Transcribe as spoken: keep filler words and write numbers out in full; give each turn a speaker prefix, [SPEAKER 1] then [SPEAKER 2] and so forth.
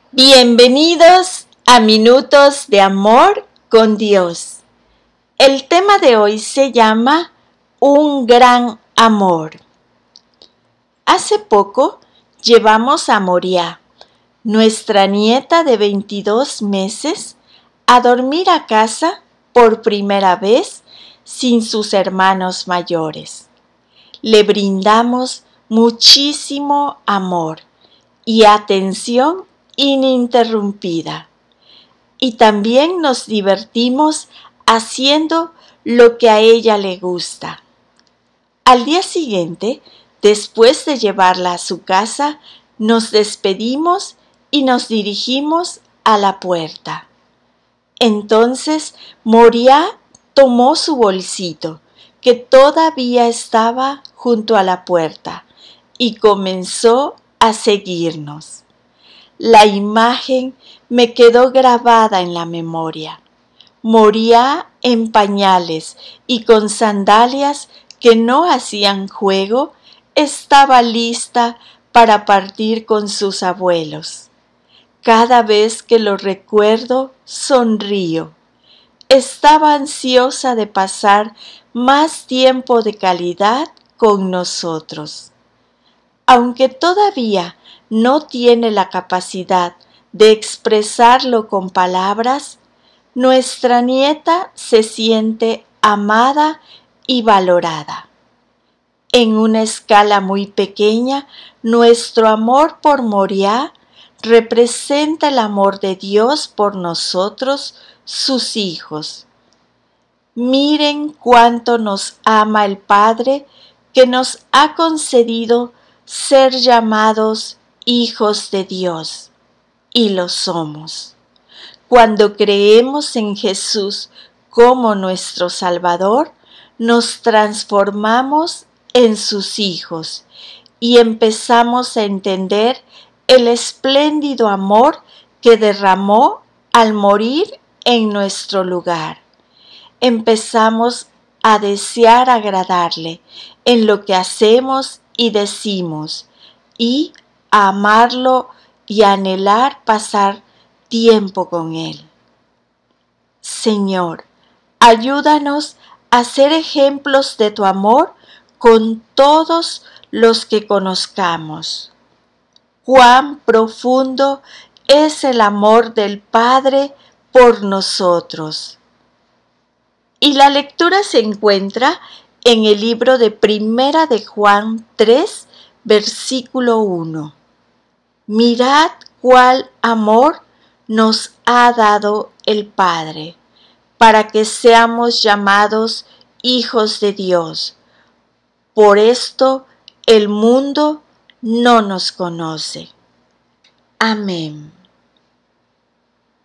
[SPEAKER 1] Bienvenidos a Minutos de Amor con Dios. El tema de hoy se llama Un gran amor. Hace poco llevamos a Moria, nuestra nieta de veintidós meses, a dormir a casa por primera vez sin sus hermanos mayores. Le brindamos muchísimo amor y atención ininterrumpida. Y también nos divertimos haciendo lo que a ella le gusta. Al día siguiente, después de llevarla a su casa, nos despedimos y nos dirigimos a la puerta. Entonces Moria tomó su bolsito, que todavía estaba junto a la puerta, y comenzó a seguirnos. La imagen me quedó grabada en la memoria. Moria en pañales y con sandalias que no hacían juego, estaba lista para partir con sus abuelos. Cada vez que lo recuerdo, sonrío. Estaba ansiosa de pasar más tiempo de calidad con nosotros. Aunque todavía no tiene la capacidad de expresarlo con palabras, nuestra nieta se siente amada y valorada. En una escala muy pequeña, nuestro amor por Moria representa el amor de Dios por nosotros, sus hijos. Miren cuánto nos ama el Padre, que nos ha concedido ser llamados hijos de Dios, y lo somos. Cuando creemos en Jesús como nuestro Salvador, nos transformamos en sus hijos y empezamos a entender el espléndido amor que derramó al morir en nuestro lugar. Empezamos a desear agradarle en lo que hacemos y decimos, y a amarlo y a anhelar pasar tiempo con Él. Señor, ayúdanos a ser ejemplos de tu amor con todos los que conozcamos. Cuán profundo es el amor del Padre por nosotros. Y la lectura se encuentra en el libro de Primera de Juan tres, versículo uno. Mirad cuál amor nos ha dado el Padre, para que seamos llamados hijos de Dios. Por esto el mundo no nos conoce. Amén.